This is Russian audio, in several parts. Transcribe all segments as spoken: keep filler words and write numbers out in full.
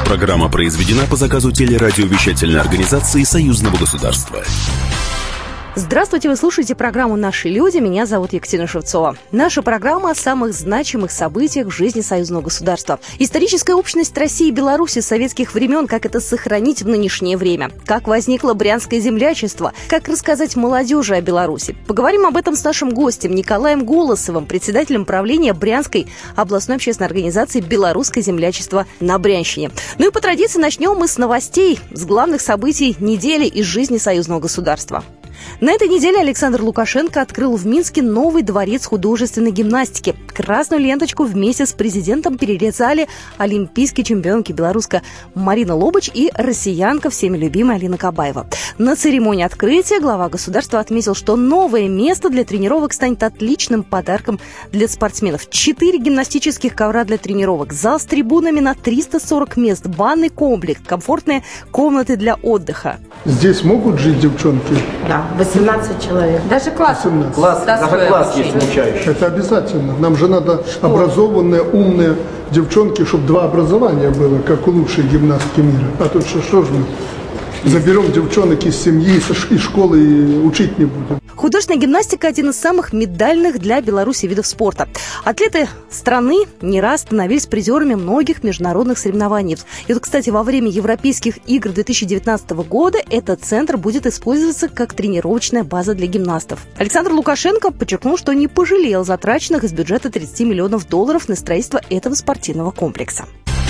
Программа произведена по заказу телерадиовещательной организации Союзного государства. Здравствуйте, вы слушаете программу «Наши люди». Меня зовут Екатерина Шевцова. Наша программа о самых значимых событиях в жизни союзного государства. Историческая общность России и Беларуси с советских времен, как это сохранить в нынешнее время. Как возникло Брянское землячество. Как рассказать молодежи о Беларуси. Поговорим об этом с нашим гостем Николаем Голосовым, председателем правления Брянской областной общественной организации «Белорусское землячество» на Брянщине. Ну и по традиции начнем мы с новостей, с главных событий недели из жизни союзного государства. На этой неделе Александр Лукашенко открыл в Минске новый дворец художественной гимнастики. Красную ленточку вместе с президентом перерезали олимпийские чемпионки белоруска Марина Лобач и россиянка всеми любимая Алина Кабаева. На церемонии открытия глава государства отметил, что новое место для тренировок станет отличным подарком для спортсменов. Четыре гимнастических ковра для тренировок, зал с трибунами на триста сорок мест, банный комплекс, комфортные комнаты для отдыха. Здесь могут жить девчонки? Да, восемнадцать человек. Даже класс. восемнадцать. Класс, даже класс есть обучающий. Это обязательно. Нам же надо образованные, умные девчонки, чтобы два образования было, как у лучшей гимнастки мира. А тут что, что же мы? Заберем девчонок из семьи, из школы и учить не будем. Художественная гимнастика – один из самых медальных для Беларуси видов спорта. Атлеты страны не раз становились призерами многих международных соревнований. И вот, кстати, во время Европейских игр две тысячи девятнадцатого года этот центр будет использоваться как тренировочная база для гимнастов. Александр Лукашенко подчеркнул, что не пожалел затраченных из бюджета тридцати миллионов долларов на строительство этого спортивного комплекса.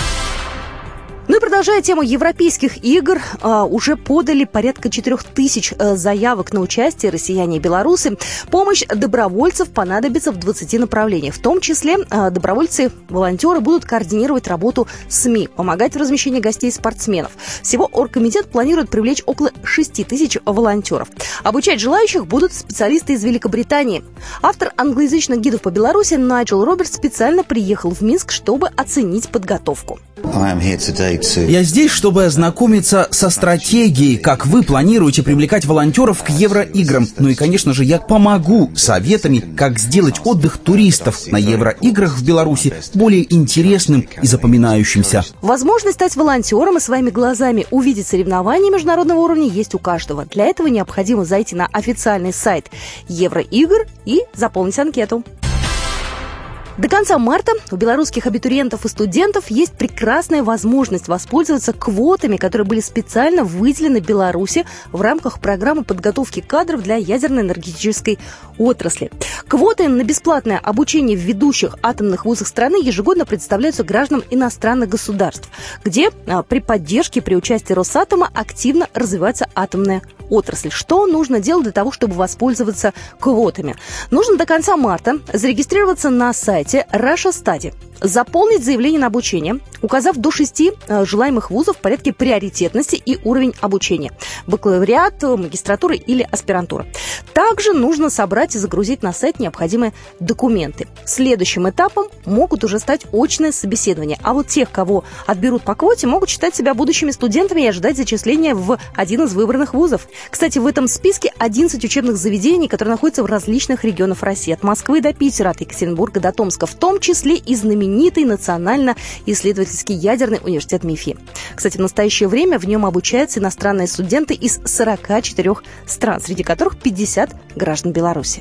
Ну и продолжая тему европейских игр, уже подали порядка четырех тысяч заявок на участие россияне и белорусы. Помощь добровольцев понадобится в двадцати направлениях. В том числе добровольцы-волонтеры будут координировать работу СМИ, помогать в размещении гостей и спортсменов. Всего оргкомитет планирует привлечь около шести тысяч волонтеров. Обучать желающих будут специалисты из Великобритании. Автор англоязычных гидов по Беларуси Найджел Робертс специально приехал в Минск, чтобы оценить подготовку. Я здесь, чтобы ознакомиться со стратегией, как вы планируете привлекать волонтеров к Евроиграм. Ну и, конечно же, я помогу советами, как сделать отдых туристов на Евроиграх в Беларуси более интересным и запоминающимся. Возможность стать волонтером и своими глазами увидеть соревнования международного уровня есть у каждого. Для этого необходимо зайти на официальный сайт Евроигр и заполнить анкету. До конца марта у белорусских абитуриентов и студентов есть прекрасная возможность воспользоваться квотами, которые были специально выделены Беларуси в рамках программы подготовки кадров для ядерной энергетической отрасли. Квоты на бесплатное обучение в ведущих атомных вузах страны ежегодно предоставляются гражданам иностранных государств, где при поддержке, при участии Росатома активно развивается атомная отрасль. Что нужно делать для того, чтобы воспользоваться квотами? Нужно до конца марта зарегистрироваться на сайте Russia Study, заполнить заявление на обучение, указав до шести э, желаемых вузов в порядке приоритетности и уровень обучения. Бакалавриат, магистратура или аспирантура. Также нужно собрать и загрузить на сайт необходимые документы. Следующим этапом могут уже стать очные собеседования. А вот тех, кого отберут по квоте, могут считать себя будущими студентами и ожидать зачисления в один из выбранных вузов. Кстати, в этом списке одиннадцать учебных заведений, которые находятся в различных регионах России. От Москвы до Питера, от Екатеринбурга до Томска. В том числе и знаменитый Национально-исследовательский ядерный университет МИФИ. Кстати, в настоящее время в нем обучаются иностранные студенты из сорока четырёх стран, среди которых пятьдесят граждан Беларуси.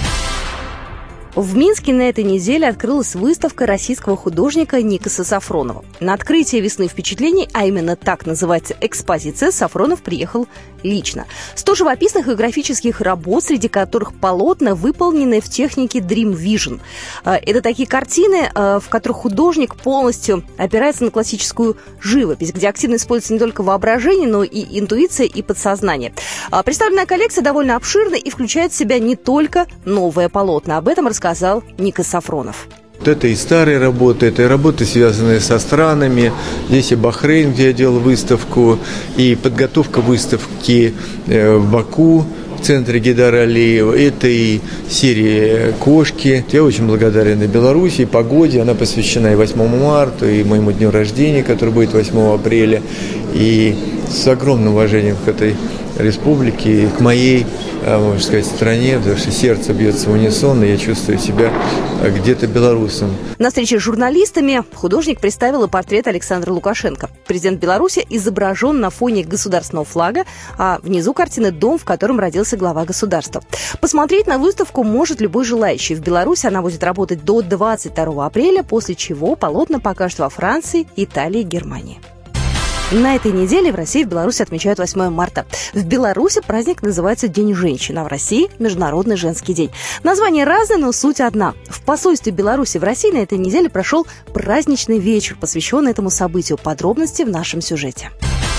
В Минске на этой неделе открылась выставка российского художника Никаса Сафронова. На открытие «Весны впечатлений», а именно так называется экспозиция, Сафронов приехал лично. сто живописных и графических работ, среди которых полотна, выполненные в технике Dream Vision. Это такие картины, в которых художник полностью опирается на классическую живопись, где активно используется не только воображение, но и интуиция и подсознание. Представленная коллекция довольно обширна и включает в себя не только новые полотна. Об этом рассказал сказал Никас Сафронов. Это и старые работы, это и работы, связанные со странами. Здесь и Бахрейн, где я делал выставку, и подготовка выставки в Баку, в центре Гейдара Алиева. Это и серия «Кошки». Я очень благодарен и Беларуси, и погоде. Она посвящена и восьмому марта, и моему дню рождения, который будет восьмого апреля. И с огромным уважением к этой республике и к моей, можно сказать, стране, потому что сердце бьется в унисон, и я чувствую себя где-то белорусом. На встрече с журналистами художник представил и портрет Александра Лукашенко. Президент Беларуси изображен на фоне государственного флага, а внизу картины «Дом, в котором родился глава государства». Посмотреть на выставку может любой желающий. В Беларуси она будет работать до двадцать второго апреля, после чего полотна покажут во Франции, Италии и Германии. На этой неделе в России и в Беларуси отмечают восьмое марта. В Беларуси праздник называется День женщин, а в России – Международный женский день. Название разное, но суть одна. В посольстве Беларуси в России на этой неделе прошел праздничный вечер, посвященный этому событию. Подробности в нашем сюжете.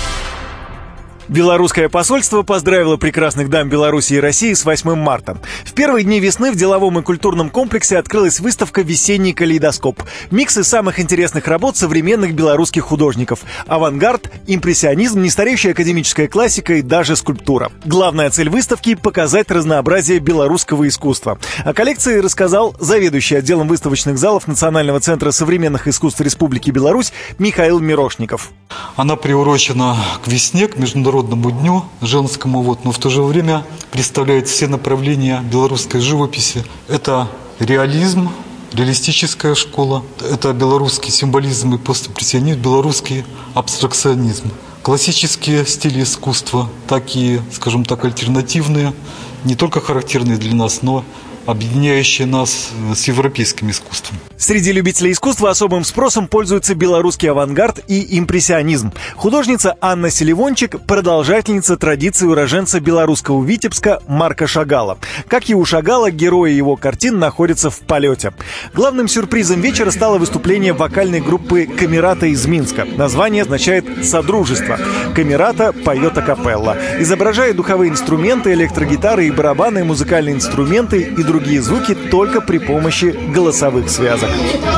Белорусское посольство поздравило прекрасных дам Беларуси и России с восьмым марта. В первые дни весны в деловом и культурном комплексе открылась выставка «Весенний калейдоскоп». Микс из самых интересных работ современных белорусских художников. Авангард, импрессионизм, нестареющая академическая классика и даже скульптура. Главная цель выставки – показать разнообразие белорусского искусства. О коллекции рассказал заведующий отделом выставочных залов Национального центра современных искусств Республики Беларусь Михаил Мирошников. Она приурочена к весне, к международному дню женскому, вот, но в то же время представляет все направления белорусской живописи. Это реализм, реалистическая школа, это белорусский символизм и постимпрессионизм, белорусский абстракционизм. Классические стили искусства, такие, скажем так, альтернативные, не только характерные для нас, но объединяющие нас с европейским искусством. Среди любителей искусства особым спросом пользуется белорусский авангард и импрессионизм. Художница Анна Селивончик – продолжательница традиции уроженца белорусского Витебска Марка Шагала. Как и у Шагала, герои его картин находятся в полете. Главным сюрпризом вечера стало выступление вокальной группы «Камерата» из Минска. Название означает «содружество». «Камерата» поет акапелла. Изображая духовые инструменты, электрогитары и барабаны, музыкальные инструменты и другие звуки только при помощи голосовых связок.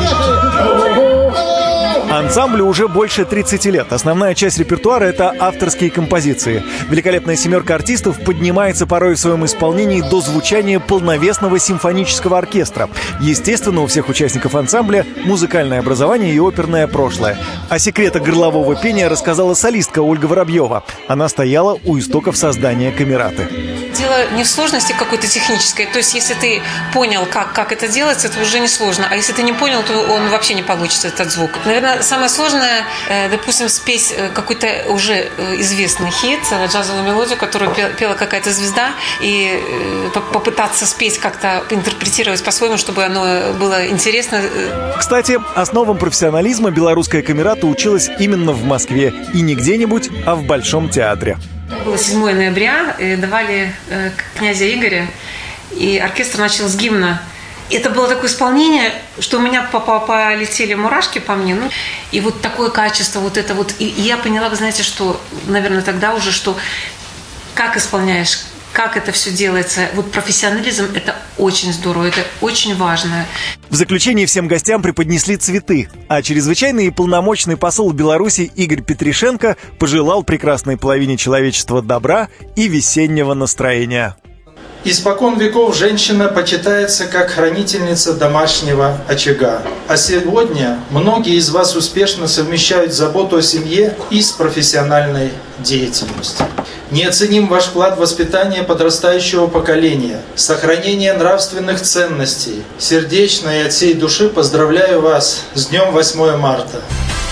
Ансамблю уже больше тридцати лет. Основная часть репертуара – это авторские композиции. Великолепная семерка артистов поднимается порой в своем исполнении до звучания полновесного симфонического оркестра. Естественно, у всех участников ансамбля музыкальное образование и оперное прошлое. О секретах горлового пения рассказала солистка Ольга Воробьева. Она стояла у истоков создания камераты. Дело не в сложности какой-то технической. То есть, если ты понял, как, как это делается, это уже не ссложно. А если ты не понял, то он вообще не получится, этот звук. Наверное, самое сложное, допустим, спеть какой-то уже известный хит, джазовую мелодию, которую пела какая-то звезда, и попытаться спеть как-то, интерпретировать по-своему, чтобы оно было интересно. Кстати, основам профессионализма белорусская камерата училась именно в Москве. И не где-нибудь, а в Большом театре. Было седьмого ноября, давали князя Игоря, и оркестр начал с гимна. Это было такое исполнение, что у меня полетели мурашки по мне. Ну, и вот такое качество, вот это вот. И я поняла, вы знаете, что, наверное, тогда уже, что как исполняешь, как это все делается. Вот профессионализм – это очень здорово, это очень важно. В заключение всем гостям преподнесли цветы, а чрезвычайный и полномочный посол Беларуси Игорь Петришенко пожелал прекрасной половине человечества добра и весеннего настроения. Испокон веков женщина почитается как хранительница домашнего очага. А сегодня многие из вас успешно совмещают заботу о семье и с профессиональной деятельностью. Неоценим ваш вклад в воспитание подрастающего поколения, сохранение нравственных ценностей. Сердечно и от всей души поздравляю вас с днем восьмое марта.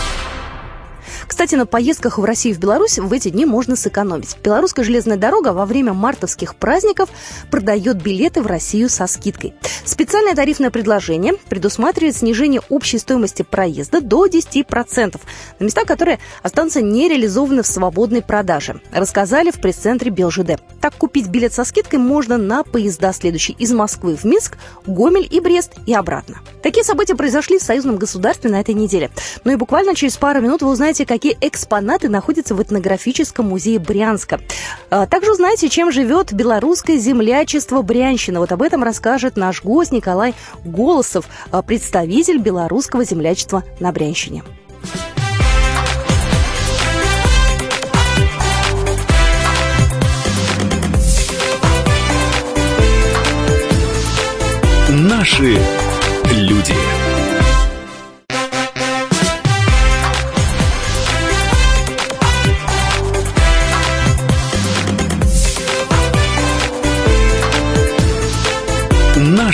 Кстати, на поездках в Россию и в Беларусь в эти дни можно сэкономить. Белорусская железная дорога во время мартовских праздников продает билеты в Россию со скидкой. Специальное тарифное предложение предусматривает снижение общей стоимости проезда до десяти процентов на места, которые останутся не реализованы в свободной продаже, рассказали в пресс-центре БелЖД. Так, купить билет со скидкой можно на поезда, следующие из Москвы в Минск, Гомель и Брест и обратно. Такие события произошли в союзном государстве на этой неделе. Ну и буквально через пару минут вы узнаете, какие экспонаты находятся в этнографическом музее Брянска. Также узнаете, чем живет белорусское землячество Брянщина. Вот об этом расскажет наш гость Николай Голосов, представитель белорусского землячества на Брянщине. Наши люди.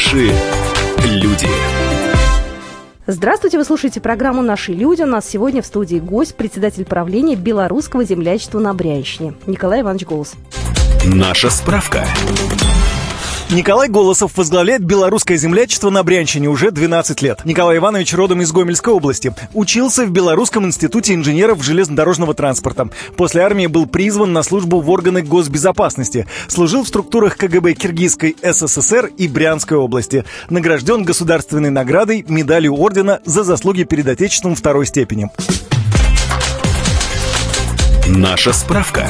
Наши люди. Здравствуйте, вы слушаете программу «Наши люди». У нас сегодня в студии гость, председатель правления Белорусского землячества на Брянщине Николай Иванович Голос. Наша справка. Николай Голосов возглавляет белорусское землячество на Брянщине уже двенадцать лет. Николай Иванович родом из Гомельской области. Учился в Белорусском институте инженеров железнодорожного транспорта. После армии был призван на службу в органы госбезопасности. Служил в структурах ка гэ бэ Киргизской эс эс эс эр и Брянской области. Награжден государственной наградой, медалью ордена за заслуги перед Отечеством второй степени. Наша справка.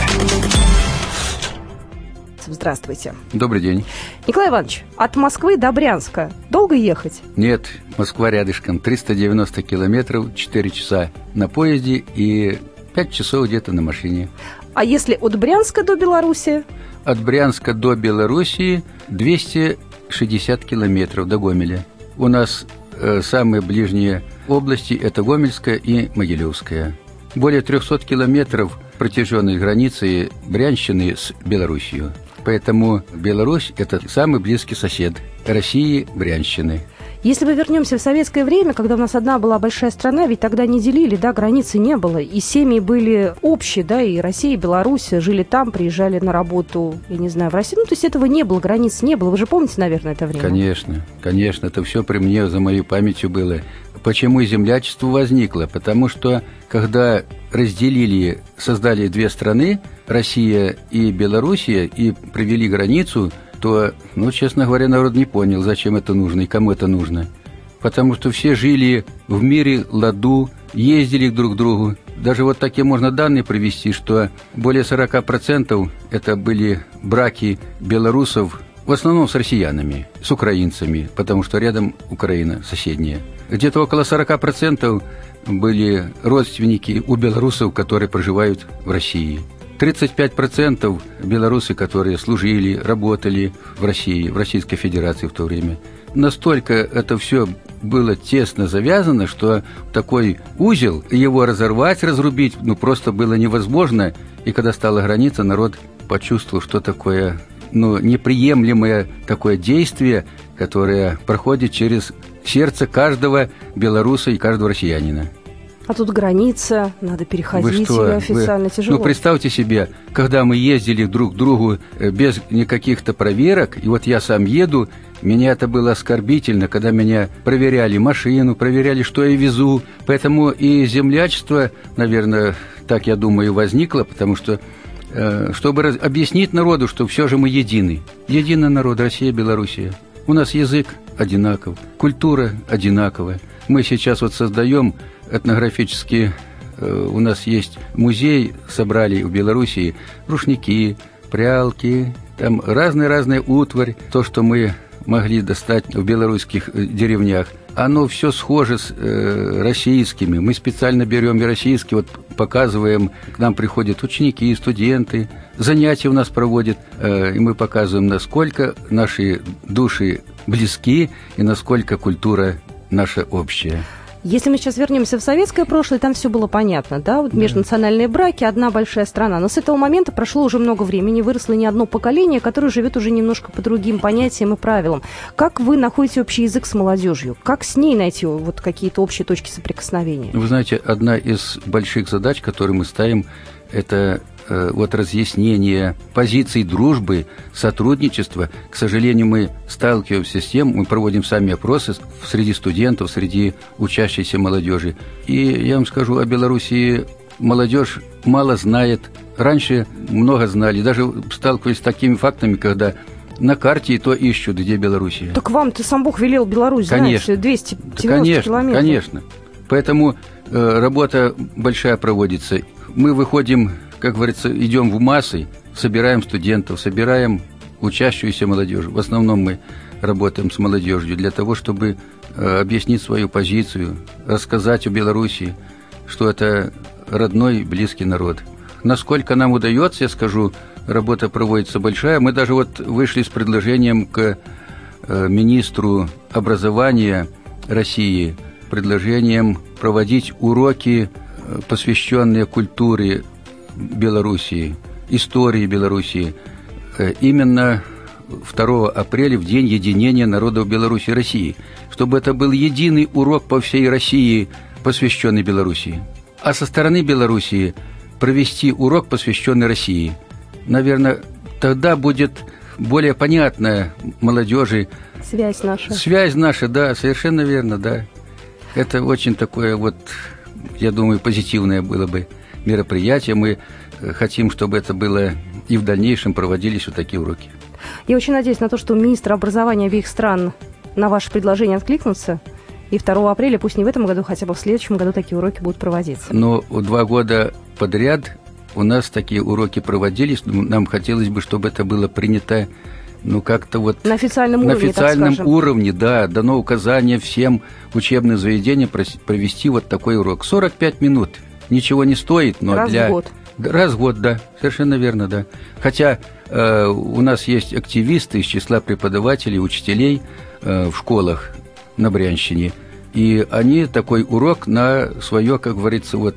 Здравствуйте. Добрый день. Николай Иванович, от Москвы до Брянска долго ехать? Нет, Москва рядышком. триста девяносто километров, четыре часа на поезде и пять часов где-то на машине. А если от Брянска до Белоруссии? От Брянска до Белоруссии двести шестьдесят километров до Гомеля. У нас э, самые ближние области – это Гомельская и Могилевская. Более трехсот километров протяженной границы Брянщины с Белоруссией. Поэтому Беларусь – это самый близкий сосед России, Брянщины. Если мы вернемся в советское время, когда у нас одна была большая страна, ведь тогда не делили, да, границы не было, и семьи были общие, да, и Россия, и Беларусь жили там, приезжали на работу, я не знаю, в Россию. Ну, то есть этого не было, границ не было. Вы же помните, наверное, это время? Конечно, конечно, это все при мне, за моей памятью было. Почему землячество возникло? Потому что, когда разделили, создали две страны, Россия и Белоруссия, и провели границу, то, ну, честно говоря, народ не понял, зачем это нужно и кому это нужно. Потому что все жили в мире, ладу, ездили друг к другу. Даже вот такие можно данные привести, что более сорок процентов это были браки белорусов, в основном с россиянами, с украинцами, потому что рядом Украина соседняя. Где-то около сорок процентов были родственники у белорусов, которые проживают в России. тридцать пять процентов белорусы, которые служили, работали в России, в Российской Федерации в то время. Настолько это все было тесно завязано, что такой узел, его разорвать, разрубить, ну, просто было невозможно. И когда стала граница, народ почувствовал, что такое, ну, неприемлемое такое действие, которое проходит через сердце каждого белоруса и каждого россиянина. А тут граница, надо переходить ее официально, Вы, тяжело. Ну, представьте себе, когда мы ездили друг к другу без никаких-то проверок, и вот я сам еду, меня это было оскорбительно, когда меня проверяли машину, проверяли, что я везу. Поэтому и землячество, наверное, так, я думаю, возникло, потому что, э, чтобы раз, объяснить народу, что все же мы едины. Единый народ, Россия, Белоруссия. У нас язык одинаков, культура одинаковая. Мы сейчас вот создаем этнографический, э, у нас есть музей, собрали в Белоруссии рушники, прялки, там разные-разные утварь, то, что мы могли достать в белорусских деревнях, оно все схоже с э, российскими. Мы специально берем и российские, вот показываем, к нам приходят ученики, студенты, занятия у нас проводят, э, и мы показываем, насколько наши души близки и насколько культура наша общая. Если мы сейчас вернемся в советское прошлое, там все было понятно, да, вот межнациональные браки, одна большая страна. Но с этого момента прошло уже много времени, выросло не одно поколение, которое живет уже немножко по другим понятиям и правилам. Как вы находите общий язык с молодежью? Как с ней найти вот какие-то общие точки соприкосновения? Вы знаете, одна из больших задач, которые мы ставим, это э, вот разъяснение позиций дружбы, сотрудничества. К сожалению, мы сталкиваемся с тем, мы проводим сами опросы среди студентов, среди учащейся молодежи. И я вам скажу, о Белоруссии молодежь мало знает. Раньше много знали, даже сталкивались с такими фактами, когда на карте и то ищут, где Белоруссия. Так вам-то сам Бог велел Беларусь, конечно, знаете, двести девяносто да, конечно, километров. Конечно, поэтому э, работа большая проводится. Мы выходим, как говорится, идем в массы, собираем студентов, собираем учащуюся молодежь. В основном мы работаем с молодежью для того, чтобы э, объяснить свою позицию, рассказать о Белоруссии, что это родной, близкий народ. Насколько нам удается, я скажу, работа проводится большая. Мы даже вот вышли с предложением к э, министру образования России, предложением проводить уроки, э, посвященные культуре Белоруссии, истории Белоруссии, э, именно второго апреля, в день единения народов Беларуси и России, чтобы это был единый урок по всей России, посвященный Белоруссии. А со стороны Белоруссии провести урок, посвященный России. Наверное, тогда будет более понятно молодежи. Связь наша. Связь наша, да, совершенно верно, да. Это очень такое вот, я думаю, позитивное было бы мероприятие. Мы хотим, чтобы это было и в дальнейшем проводились вот такие уроки. Я очень надеюсь на то, что министр образования обеих стран на ваше предложение откликнутся. И второго апреля, пусть не в этом году, хотя бы в следующем году такие уроки будут проводиться. Но два года подряд у нас такие уроки проводились. Нам хотелось бы, чтобы это было принято, ну, как-то вот... На официальном на уровне, официальном так скажем. уровне, да. Дано указание всем учебным заведениям провести вот такой урок. сорок пять минут. Ничего не стоит, но Раз для... в год. Раз в год, да. Совершенно верно, да. Хотя э, у нас есть активисты из числа преподавателей, учителей э, в школах на Брянщине. И они такой урок на свое, как говорится, вот,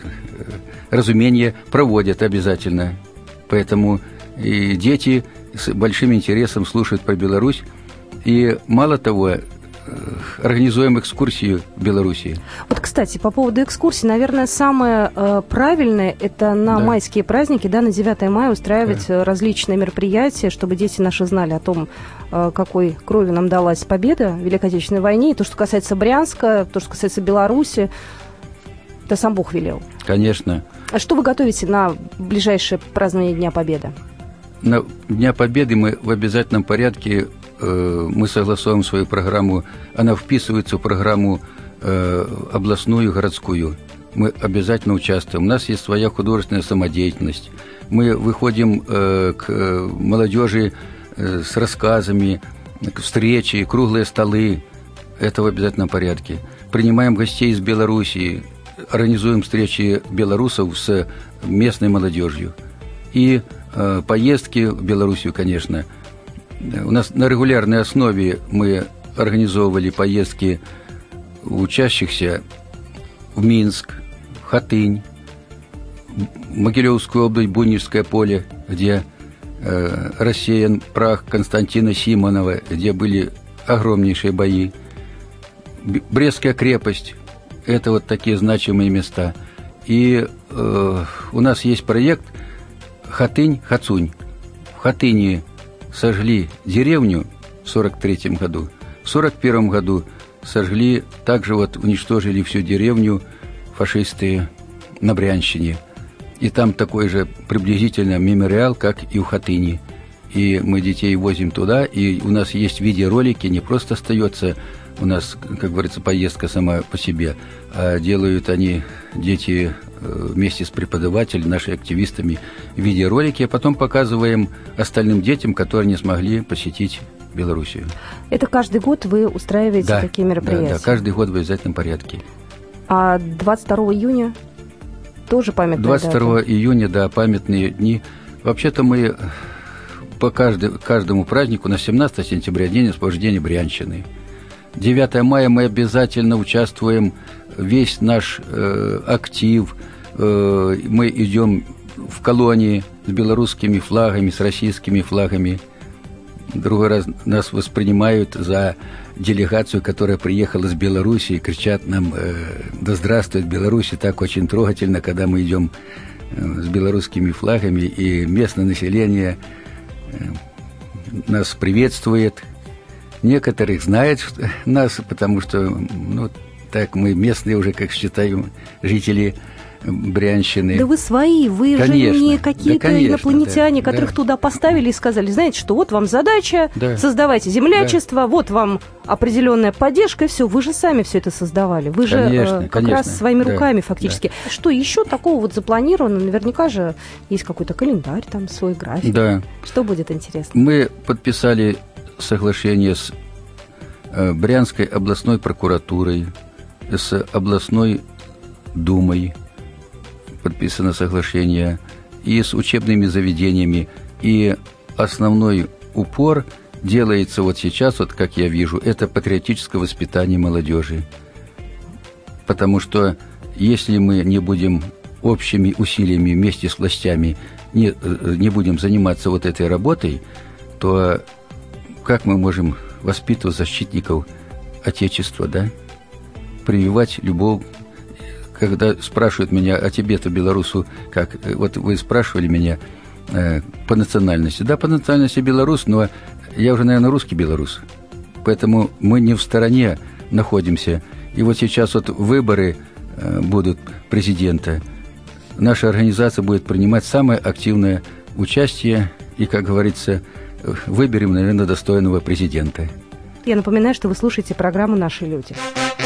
разумение проводят обязательно. Поэтому и дети с большим интересом слушают про Беларусь. И мало того, организуем экскурсию в Белоруссии. Вот, кстати, по поводу экскурсий, наверное, самое э, правильное – это на да. майские праздники, да, на девятое мая устраивать да. различные мероприятия, чтобы дети наши знали о том, э, какой кровью нам далась победа в Великой Отечественной войне. И то, что касается Брянска, то, что касается Беларуси, это сам Бог велел. Конечно. А что вы готовите на ближайшее празднование Дня Победы? На Дня Победы мы в обязательном порядке мы согласовываем свою программу, она вписывается в программу э, областную, городскую. Мы обязательно участвуем. У нас есть своя художественная самодеятельность. Мы выходим э, к молодежи э, с рассказами, к встрече, круглые столы. Это в обязательном порядке. Принимаем гостей из Белоруссии, организуем встречи белорусов с местной молодежью. И э, поездки в Белоруссию, конечно. У нас на регулярной основе мы организовывали поездки учащихся в Минск, в Хатынь, в Могилевскую область, Бунинское поле, где э, рассеян прах Константина Симонова, где были огромнейшие бои. Брестская крепость – это вот такие значимые места. И э, у нас есть проект Хатынь-Хацунь. В Хатыни сожгли деревню в сорок третьем году. В сорок первом году сожгли, также вот уничтожили всю деревню фашисты на Брянщине. И там такой же приблизительно мемориал, как и у Хатыни. И мы детей возим туда, и у нас есть видеоролики, не просто остается у нас, как говорится, поездка сама по себе, а делают они, дети, вместе с преподавателями, нашими активистами, видеоролики, а потом показываем остальным детям, которые не смогли посетить Белоруссию. Это каждый год вы устраиваете да, такие мероприятия? Да, да, каждый год в обязательном порядке. А двадцать второго июня тоже памятные двадцать второго даты? Июня, да, памятные дни. Вообще-то мы по каждый, каждому празднику на семнадцатое сентября день освобождения Брянщины. девятое мая мы обязательно участвуем, весь наш э, актив, э, мы идем в колонии с белорусскими флагами, с российскими флагами. Другой раз нас воспринимают за делегацию, которая приехала с Беларуси, и кричат нам э, «Да здравствует Беларусь!» И так очень трогательно, когда мы идем э, с белорусскими флагами, и местное население э, нас приветствует. Некоторых знают нас, потому что, ну, так мы местные уже, как считаем, жители Брянщины. Да вы свои, вы конечно, же не какие-то да, конечно, инопланетяне, да, которых да. туда поставили и сказали, знаете что, вот вам задача, да. создавайте землячество, да. вот вам определенная поддержка, и все, вы же сами все это создавали. Вы конечно, же э, как конечно. раз своими да. руками фактически. Да. Что еще такого вот запланировано? Наверняка же есть какой-то календарь, там свой график. Да. Что будет интересно? Мы подписали соглашение с э, Брянской областной прокуратурой, с областной думой, подписано соглашение, и с учебными заведениями. И основной упор делается вот сейчас, вот как я вижу, это патриотическое воспитание молодежи. Потому что если мы не будем общими усилиями вместе с властями, не, не будем заниматься вот этой работой, то как мы можем воспитывать защитников Отечества, да? Прививать любовь. Когда спрашивают меня, а тебе-то, белорусу, как? Вот вы спрашивали меня э, по национальности. Да, по национальности белорус, но я уже, наверное, русский белорус. Поэтому мы не в стороне находимся. И вот сейчас вот выборы э, будут президента. Наша организация будет принимать самое активное участие. И, как говорится, выберем, наверное, достойного президента. Я напоминаю, что вы слушаете программу «Наши люди».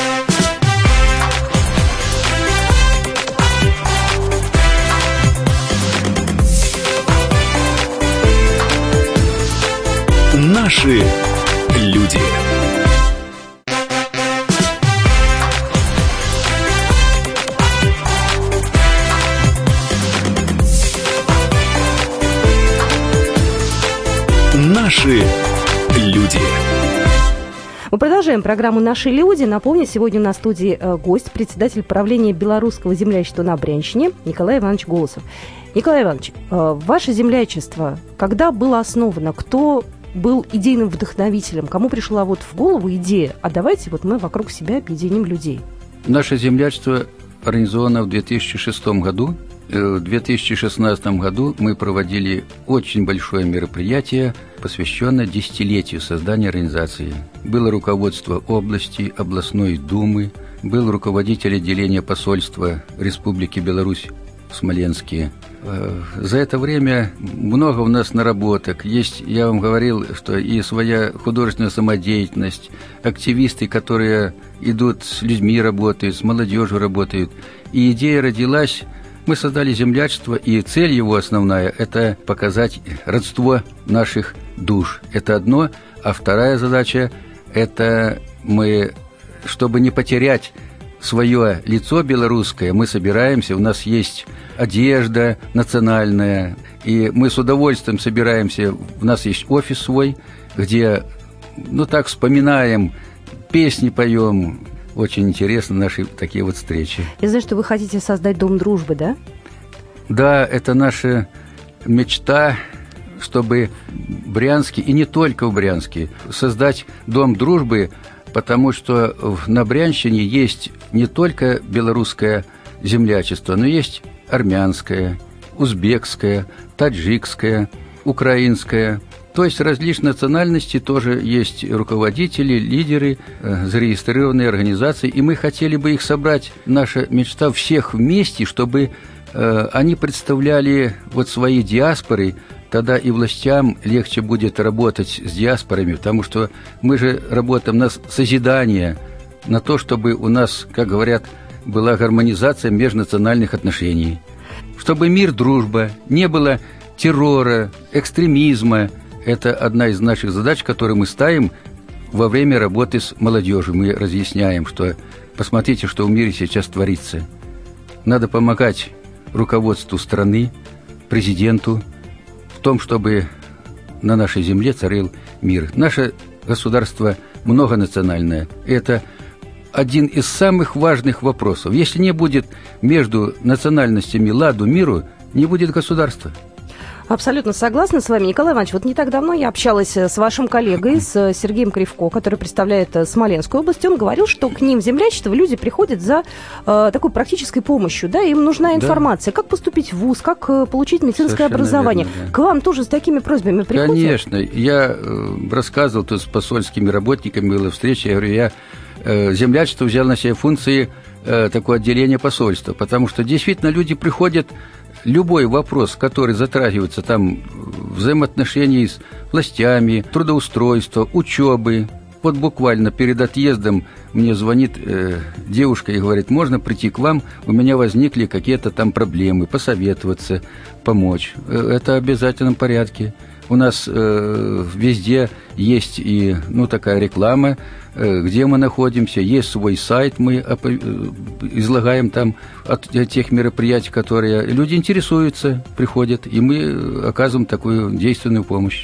Наши люди. Наши люди. Мы продолжаем программу «Наши люди». Напомню, сегодня у нас в студии гость, председатель правления Белорусского землячества на Брянщине Николай Иванович Голосов. Николай Иванович, ваше землячество когда было основано? Кто был идейным вдохновителем? Кому пришла вот в голову идея, а давайте вот мы вокруг себя объединим людей? Наше землячество организовано в две тысячи шестом году. В две тысячи шестнадцатом году мы проводили очень большое мероприятие, посвященное десятилетию создания организации. Было руководство области, областной думы, был руководитель отделения посольства Республики Беларусь в Смоленске. За это время много у нас наработок. Есть, я вам говорил, что и своя художественная самодеятельность, активисты, которые идут с людьми, работают, с молодежью работают. И идея родилась. Мы создали землячество, и цель его основная – это показать родство наших душ. Это одно. А вторая задача – это мы, чтобы не потерять свое лицо белорусское, мы собираемся, у нас есть одежда национальная, и мы с удовольствием собираемся, у нас есть офис свой, где, ну так, вспоминаем, песни поем. Очень интересны наши такие вот встречи. Я знаю, что вы хотите создать Дом дружбы, да? Да, это наша мечта, чтобы в Брянске, и не только в Брянске, создать Дом дружбы, потому что на Брянщине есть не только белорусское землячество, но есть армянское, узбекское, таджикское, украинское. То есть различные национальности, тоже есть руководители, лидеры, э, зарегистрированные организации, и мы хотели бы их собрать. Наша мечта всех вместе, чтобы э, они представляли вот свои диаспоры, тогда и властям легче будет работать с диаспорами, потому что мы же работаем на созидание, на то, чтобы у нас, как говорят, была гармонизация межнациональных отношений, чтобы мир, дружба, не было террора, экстремизма. Это одна из наших задач, которую мы ставим во время работы с молодежью. Мы разъясняем, что посмотрите, что в мире сейчас творится. Надо помогать руководству страны, президенту в том, чтобы на нашей земле царил мир. Наше государство многонациональное. Это один из самых важных вопросов. Если не будет между национальностями ладу, миру, не будет государства. Абсолютно согласна с вами, Николай Иванович. Вот не так давно я общалась с вашим коллегой, с Сергеем Кривко, который представляет Смоленскую область. Он говорил, что к ним в землячество люди приходят за э, такой практической помощью, да, им нужна информация, да. Как поступить в вуз, как э, получить медицинское Совершенно образование. Верно, да. К вам тоже с такими просьбами приходят? Конечно. Я э, рассказывал тут с посольскими работниками, была встреча, я говорю, я э, землячество взял на себя функции э, такое отделение посольства, потому что действительно люди приходят. Любой вопрос, который затрагивается там взаимоотношений с властями, трудоустройства, учебы. Вот буквально перед отъездом мне звонит э, девушка и говорит, можно прийти к вам, у меня возникли какие-то там проблемы, посоветоваться, помочь. Это в обязательном порядке. У нас э, везде есть и, ну, такая реклама, э, где мы находимся, есть свой сайт, мы опо- излагаем там от тех мероприятий, которые люди интересуются, приходят, и мы оказываем такую действенную помощь.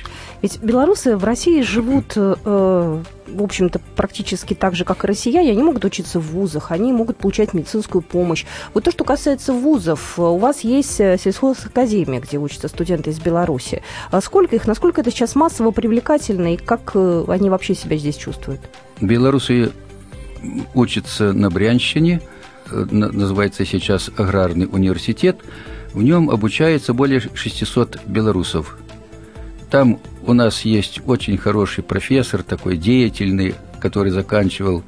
Ведь белорусы в России живут, э, в общем-то, практически так же, как и россияне. Они могут учиться в вузах, они могут получать медицинскую помощь. Вот то, что касается вузов, у вас есть сельхозакадемия, где учатся студенты из Беларуси. А сколько их, насколько это сейчас массово привлекательно, и как они вообще себя здесь чувствуют? Белорусы учатся на Брянщине, называется сейчас Аграрный университет. В нем обучается более шестисот белорусов. Там у нас есть очень хороший профессор, такой деятельный, который заканчивал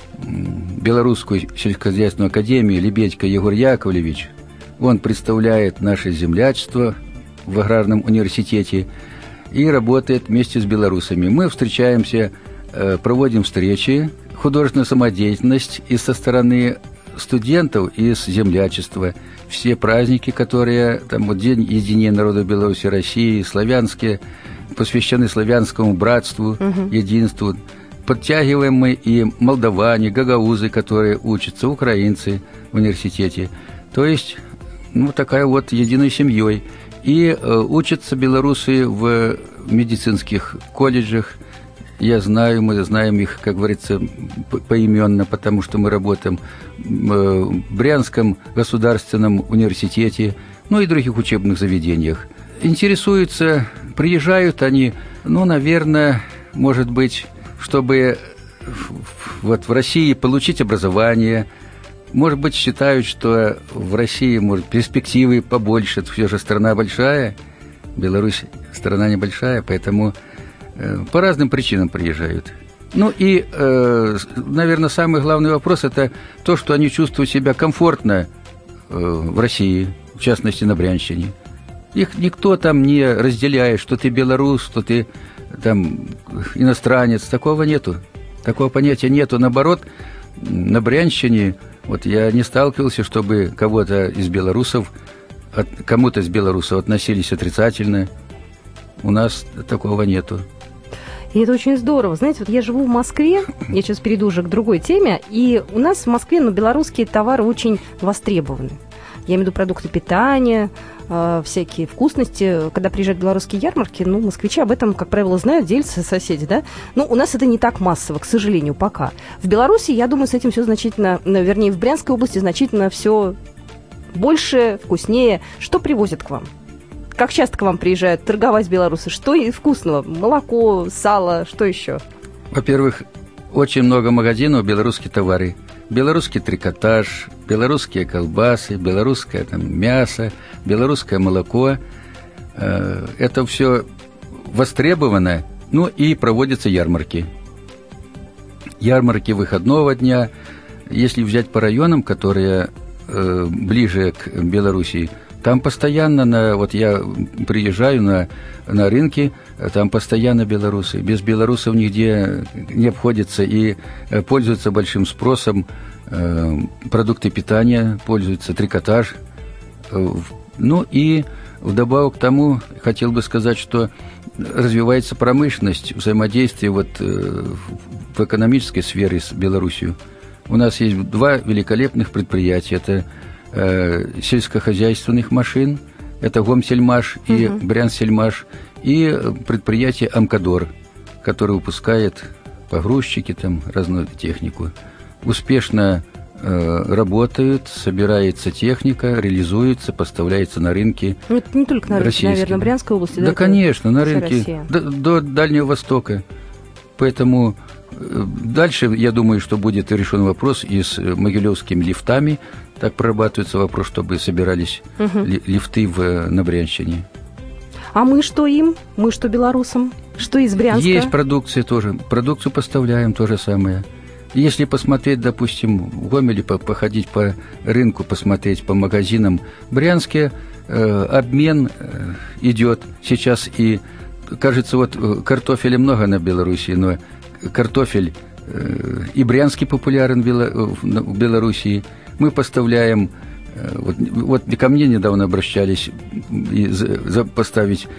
Белорусскую сельскохозяйственную академию, Лебедько Егор Яковлевич. Он представляет наше землячество в Аграрном университете и работает вместе с белорусами. Мы встречаемся, проводим встречи, художественную самодеятельность и со стороны студентов из землячества. Все праздники, которые, там, вот День единения народа Беларуси и России, славянские, посвящены славянскому братству, угу. единству. Подтягиваем мы и молдаване, гагаузы, которые учатся, украинцы в университете. То есть, ну, такая вот единой семьей. И э, учатся белорусы в медицинских колледжах. Я знаю, мы знаем их, как говорится, поименно, потому что мы работаем в Брянском государственном университете, ну и других учебных заведениях. Интересуются, приезжают они, ну, наверное, может быть, чтобы вот в России получить образование. Может быть, считают, что в России, может, перспективы побольше. Это все же страна большая, Беларусь страна небольшая, поэтому по разным причинам приезжают. Ну и, э, наверное, самый главный вопрос – это то, что они чувствуют себя комфортно э, в России, в частности, на Брянщине. Их никто там не разделяет, что ты белорус, что ты там иностранец. Такого нету. Такого понятия нету. Наоборот, на Брянщине вот я не сталкивался, чтобы кого-то из белорусов, от, кому-то из белорусов относились отрицательно. У нас такого нету. И это очень здорово. Знаете, вот я живу в Москве, я сейчас перейду уже к другой теме, и у нас в Москве, ну, белорусские товары очень востребованы. Я имею в виду продукты питания, э, всякие вкусности. Когда приезжают белорусские ярмарки, ну, москвичи об этом, как правило, знают, делятся соседи, да? Но у нас это не так массово, к сожалению, пока. В Беларуси, я думаю, с этим все значительно, ну, вернее, в Брянской области значительно все больше, вкуснее. Что привозят к вам? Как часто к вам приезжают торговать белорусы? Что и вкусного? Молоко, сало, что еще? Во-первых, очень много магазинов белорусские товары. Белорусский трикотаж, белорусские колбасы, белорусское там, мясо, белорусское молоко. Это все востребовано. Ну и проводятся ярмарки. Ярмарки выходного дня. Если взять по районам, которые ближе к Белоруссии, там постоянно, на, вот я приезжаю на, на рынки, там постоянно белорусы. Без белорусов нигде не обходится и пользуются большим спросом. Э, продукты питания пользуются, трикотаж. Э, ну и вдобавок к тому, хотел бы сказать, что развивается промышленность, взаимодействие вот, э, в экономической сфере с Беларусью. У нас есть два великолепных предприятия. Это сельскохозяйственных машин, это Гомсельмаш и uh-huh. Брянсельмаш, и предприятие Амкадор, которое выпускает погрузчики, там, разную технику. Успешно э, работают, собирается техника, реализуется, поставляется на рынки. Ну, это не только на рынке, наверное, Брянской области. Да, да конечно, на рынке до, до Дальнего Востока. Поэтому дальше, я думаю, что будет решен вопрос и с могилевскими лифтами. Так прорабатывается вопрос, чтобы собирались угу. лифты в, на Брянщине. А мы что им? Мы что белорусам? Что из Брянска? Есть продукция тоже. Продукцию поставляем, то же самое. Если посмотреть, допустим, в Гомеле, походить по рынку, посмотреть по магазинам, в Брянске э, обмен э, идет сейчас. И, кажется, вот картофеля много на Белоруссии, но картофель э, и брянский популярен в Белоруссии. Мы поставляем Вот, вот ко мне недавно обращались и за, за поставить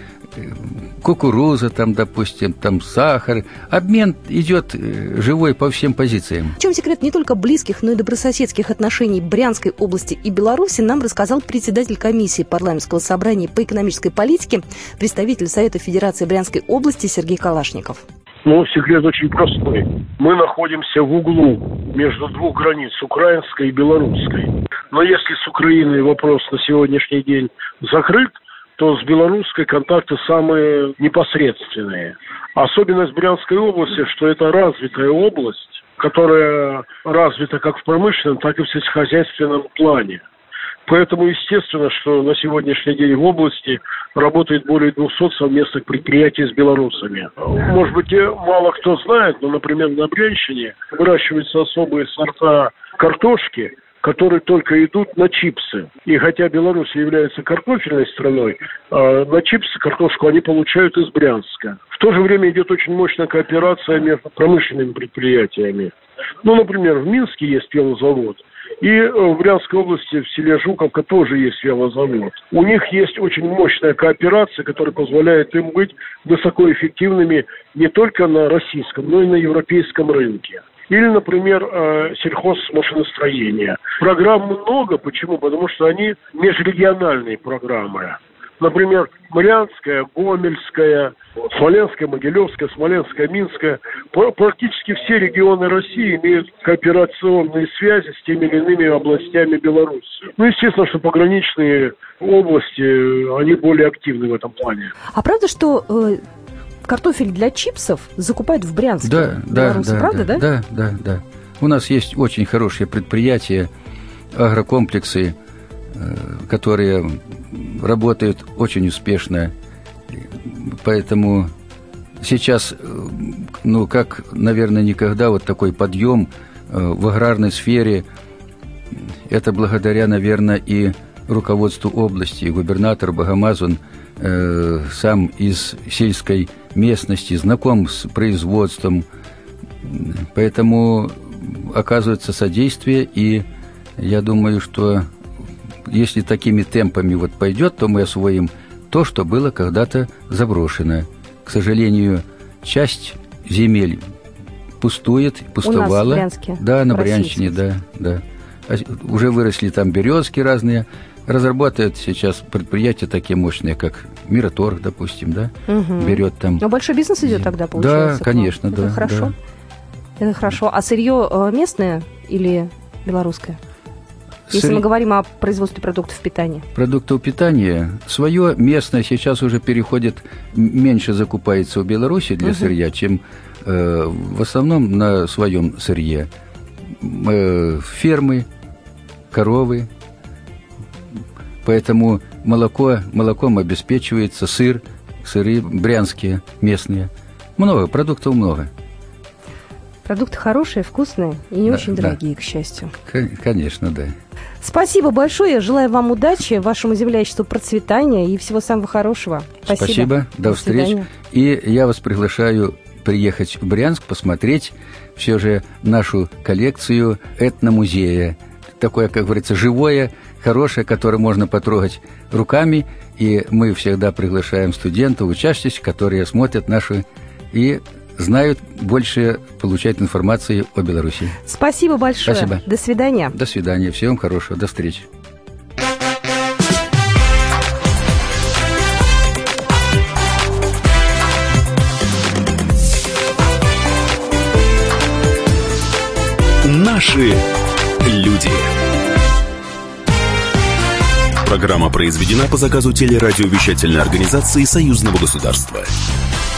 кукуруза, там, допустим, там сахар. Обмен идет живой по всем позициям. В чем секрет не только близких, но и добрососедских отношений Брянской области и Беларуси, нам рассказал председатель комиссии парламентского собрания по экономической политике, представитель Совета Федерации Брянской области Сергей Калашников. Ну, секрет очень простой. Мы находимся в углу между двух границ, украинской и белорусской. Но если с Украиной вопрос на сегодняшний день закрыт, то с белорусской контакты самые непосредственные. Особенность Брянской области, что это развитая область, которая развита как в промышленном, так и в сельскохозяйственном плане. Поэтому, естественно, что на сегодняшний день в области работает более двухсот совместных предприятий с белорусами. Может быть, мало кто знает, но, например, на Брянщине выращиваются особые сорта картошки, которые только идут на чипсы. И хотя Беларусь является картофельной страной, на чипсы картошку они получают из Брянска. В то же время идет очень мощная кооперация между промышленными предприятиями. Ну, например, в Минске есть велозавод. И в Брянской области, в селе Жуковка, тоже есть велозавод. У них есть очень мощная кооперация, которая позволяет им быть высокоэффективными не только на российском, но и на европейском рынке. Или, например, сельхозмашиностроение. Программ много. Почему? Потому что они межрегиональные программы. Например, Марианская, Гомельская, Смоленская, Могилевская, Смоленская, Минская. Практически все регионы России имеют кооперационные связи с теми или иными областями Беларуси. Ну, естественно, что пограничные области, они более активны в этом плане. А правда, что э, картофель для чипсов закупают в Брянске? Да, Беларуси, да, правда, да, да? Да, да, да. У нас есть очень хорошие предприятия, агрокомплексы, которые работают очень успешно. Поэтому сейчас, ну, как, наверное, никогда вот такой подъем в аграрной сфере, это благодаря, наверное, и руководству области. Губернатор Богомаз, он э, сам из сельской местности, знаком с производством, поэтому оказывается содействие, и я думаю, что если такими темпами вот пойдет, то мы освоим то, что было когда-то заброшено. К сожалению, часть земель пустует, пустовала. У нас в Брянске. Да, на Брянщине, да, да. Уже выросли там березки разные. Разработают сейчас предприятия такие мощные, как Мираторг, допустим, да, угу. Берет там. Но большой бизнес идет тогда, получается? Да, конечно, это да. Хорошо. Да. Это хорошо. А сырье местное или белорусское? Если Сыр... мы говорим о производстве продуктов питания. Продуктов питания свое местное сейчас уже переходит, меньше закупается у Беларуси для угу. сырья, чем э, в основном на своем сырье. Э, фермы, коровы. Поэтому молоко, молоком обеспечивается сыр, сыры брянские, местные. Много, продуктов много. Продукты хорошие, вкусные и не да, очень дорогие, да. к счастью. Конечно, да. Спасибо большое. Желаю вам удачи, вашему землячеству процветания и всего самого хорошего. Спасибо. Спасибо. До, До встреч. Свидания. И я вас приглашаю приехать в Брянск, посмотреть все же нашу коллекцию этномузея. Такое, как говорится, живое, хорошее, которое можно потрогать руками. И мы всегда приглашаем студентов, учащихся, которые смотрят наши и знают больше, получают информации о Беларуси. Спасибо большое. Спасибо. До свидания. До свидания. Всего вам хорошего. До встречи. Наши люди. Программа произведена по заказу телерадиовещательной организации Союзного государства.